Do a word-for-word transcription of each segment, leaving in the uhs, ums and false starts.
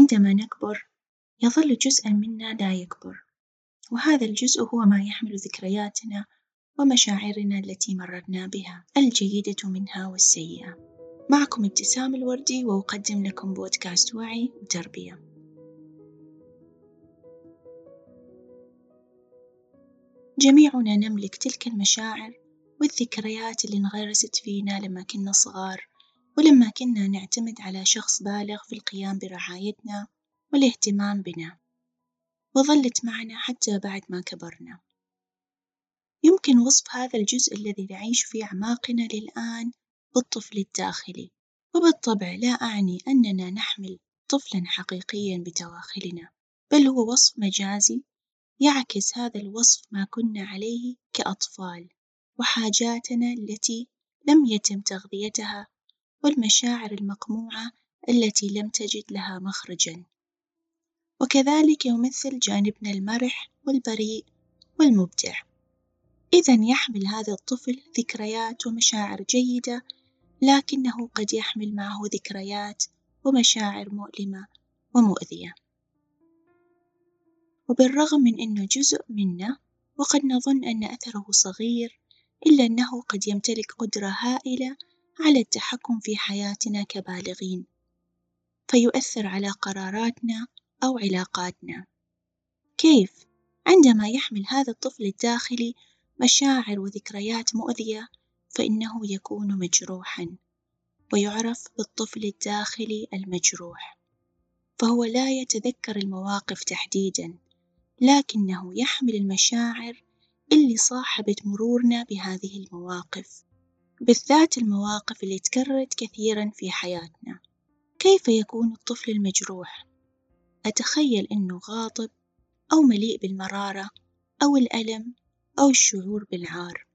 عندما نكبر يظل جزءًا منا لا يكبر، وهذا الجزء هو ما يحمل ذكرياتنا ومشاعرنا التي مررنا بها الجيدة منها والسيئة. معكم ابتسام الوردي، وأقدم لكم بودكاست وعي وتربية. جميعنا نملك تلك المشاعر والذكريات اللي انغرست فينا لما كنا صغار، ولما كنا نعتمد على شخص بالغ في القيام برعايتنا والاهتمام بنا، وظلت معنا حتى بعد ما كبرنا. يمكن وصف هذا الجزء الذي نعيش في أعماقنا للآن بالطفل الداخلي، وبالطبع لا أعني أننا نحمل طفلاً حقيقياً بدواخلنا، بل هو وصف مجازي يعكس هذا الوصف ما كنا عليه كأطفال، وحاجاتنا التي لم يتم تغذيتها، والمشاعر المقموعة التي لم تجد لها مخرجاً. وكذلك يمثل جانبنا المرح والبريء والمبدع. إذن يحمل هذا الطفل ذكريات ومشاعر جيدة، لكنه قد يحمل معه ذكريات ومشاعر مؤلمة ومؤذية. وبالرغم من أنه جزء منا وقد نظن أن أثره صغير، إلا أنه قد يمتلك قدرة هائلة على التحكم في حياتنا كبالغين، فيؤثر على قراراتنا أو علاقاتنا. كيف؟ عندما يحمل هذا الطفل الداخلي مشاعر وذكريات مؤذية، فإنه يكون مجروحاً، ويعرف بالطفل الداخلي المجروح، فهو لا يتذكر المواقف تحديداً، لكنه يحمل المشاعر اللي صاحبت مرورنا بهذه المواقف، بالذات المواقف اللي تكررت كثيراً في حياتنا. كيف يكون الطفل المجروح؟ أتخيل أنه غاضب أو مليء بالمرارة أو الألم أو الشعور بالعار.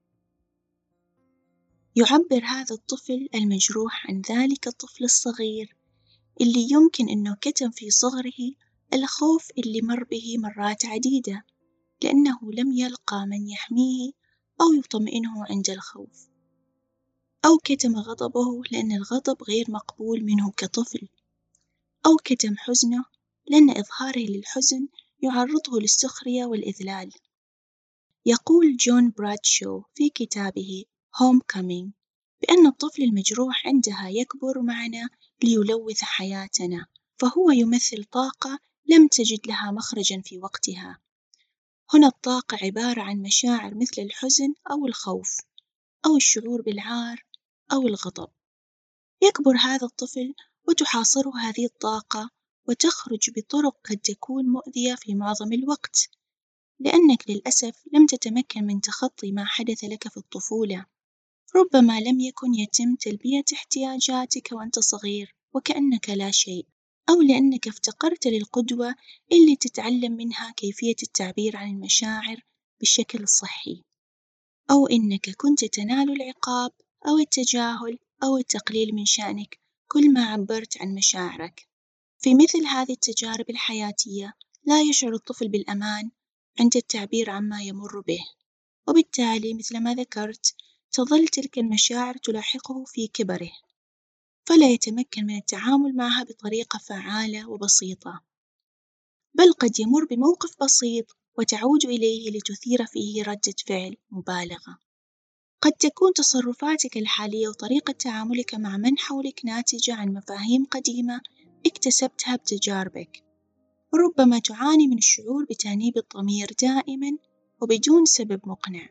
يعبر هذا الطفل المجروح عن ذلك الطفل الصغير اللي يمكن أنه كتم في صغره الخوف اللي مر به مرات عديدة، لأنه لم يلقى من يحميه أو يطمئنه عند الخوف، أو كتم غضبه لأن الغضب غير مقبول منه كطفل، أو كتم حزنه لأن إظهاره للحزن يعرضه للسخرية والإذلال. يقول جون برادشو في كتابه Homecoming بأن الطفل المجروح عندها يكبر معنا ليلوث حياتنا، فهو يمثل طاقة لم تجد لها مخرجاً في وقتها. هنا الطاقة عبارة عن مشاعر مثل الحزن أو الخوف أو الشعور بالعار أو الغضب. يكبر هذا الطفل وتحاصره هذه الطاقة، وتخرج بطرق قد تكون مؤذية في معظم الوقت، لأنك للأسف لم تتمكن من تخطي ما حدث لك في الطفولة. ربما لم يكن يتم تلبية احتياجاتك وأنت صغير وكأنك لا شيء، أو لأنك افتقرت للقدوة اللي تتعلم منها كيفية التعبير عن المشاعر بشكل صحي، أو إنك كنت تنال العقاب أو التجاهل أو التقليل من شأنك كل ما عبرت عن مشاعرك. في مثل هذه التجارب الحياتية لا يشعر الطفل بالأمان عند التعبير عما يمر به، وبالتالي مثل ما ذكرت تظل تلك المشاعر تلاحقه في كبره، فلا يتمكن من التعامل معها بطريقة فعالة وبسيطة، بل قد يمر بموقف بسيط وتعود إليه لتثير فيه ردة فعل مبالغة. قد تكون تصرفاتك الحالية وطريقة تعاملك مع من حولك ناتجة عن مفاهيم قديمة اكتسبتها بتجاربك، وربما تعاني من الشعور بتأنيب الضمير دائماً وبدون سبب مقنع،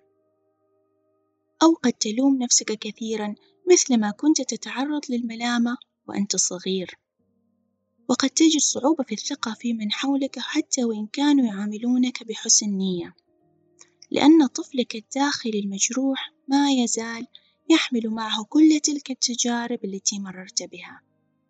أو قد تلوم نفسك كثيراً مثلما كنت تتعرض للملامة وأنت صغير. وقد تجد صعوبة في الثقة في من حولك حتى وإن كانوا يعاملونك بحسن نية، لأن طفلك الداخلي المجروح ما يزال يحمل معه كل تلك التجارب التي مررت بها.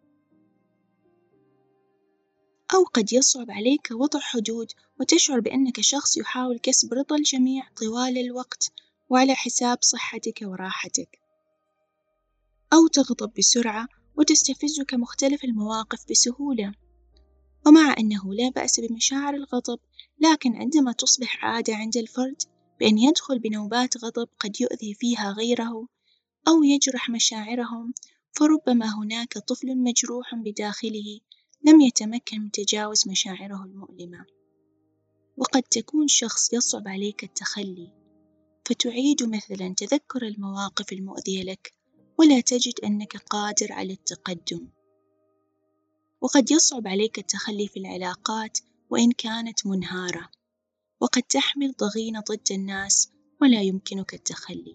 أو قد يصعب عليك وضع حدود وتشعر بأنك شخص يحاول كسب رضا الجميع طوال الوقت وعلى حساب صحتك وراحتك، أو تغضب بسرعة وتستفزك مختلف المواقف بسهولة. ومع أنه لا بأس بمشاعر الغضب، لكن عندما تصبح عادة عند الفرد بأن يدخل بنوبات غضب قد يؤذي فيها غيره أو يجرح مشاعرهم، فربما هناك طفل مجروح بداخله لم يتمكن من تجاوز مشاعره المؤلمة. وقد تكون شخص يصعب عليك التخلي، فتعيد مثلاً تذكر المواقف المؤذية لك ولا تجد أنك قادر على التقدم. وقد يصعب عليك التخلي في العلاقات وإن كانت منهارة، وقد تحمل ضغينة ضد الناس ولا يمكنك التخلي.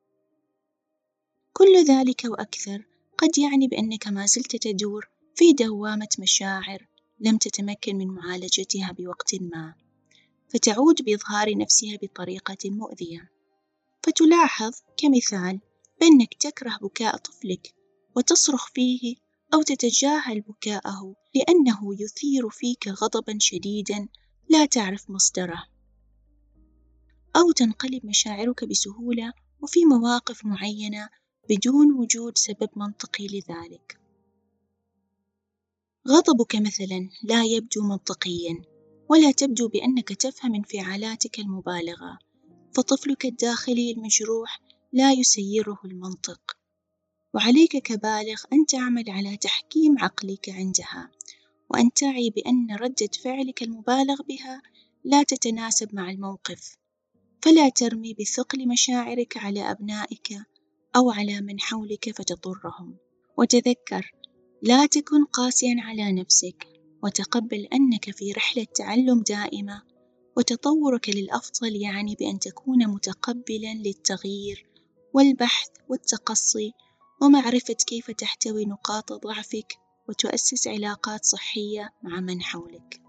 كل ذلك وأكثر قد يعني بأنك ما زلت تدور في دوامة مشاعر لم تتمكن من معالجتها بوقت ما، فتعود بإظهار نفسها بطريقة مؤذية. فتلاحظ كمثال بأنك تكره بكاء طفلك وتصرخ فيه أو تتجاهل بكاءه لأنه يثير فيك غضباً شديداً لا تعرف مصدره، أو تنقلب مشاعرك بسهولة وفي مواقف معينة بدون وجود سبب منطقي لذلك. غضبك مثلاً لا يبدو منطقياً، ولا تبدو بأنك تفهم انفعالاتك المبالغة، فطفلك الداخلي المجروح لا يسيره المنطق، وعليك كبالغ أن تعمل على تحكيم عقلك عندها، وأن تعي بأن ردة فعلك المبالغ بها لا تتناسب مع الموقف، فلا ترمي بثقل مشاعرك على أبنائك أو على من حولك فتضرهم. وتذكر، لا تكن قاسياً على نفسك، وتقبل أنك في رحلة تعلم دائمة، وتطورك للأفضل يعني بأن تكون متقبلاً للتغيير والبحث والتقصي ومعرفة كيف تحتوي نقاط ضعفك وتؤسس علاقات صحية مع من حولك.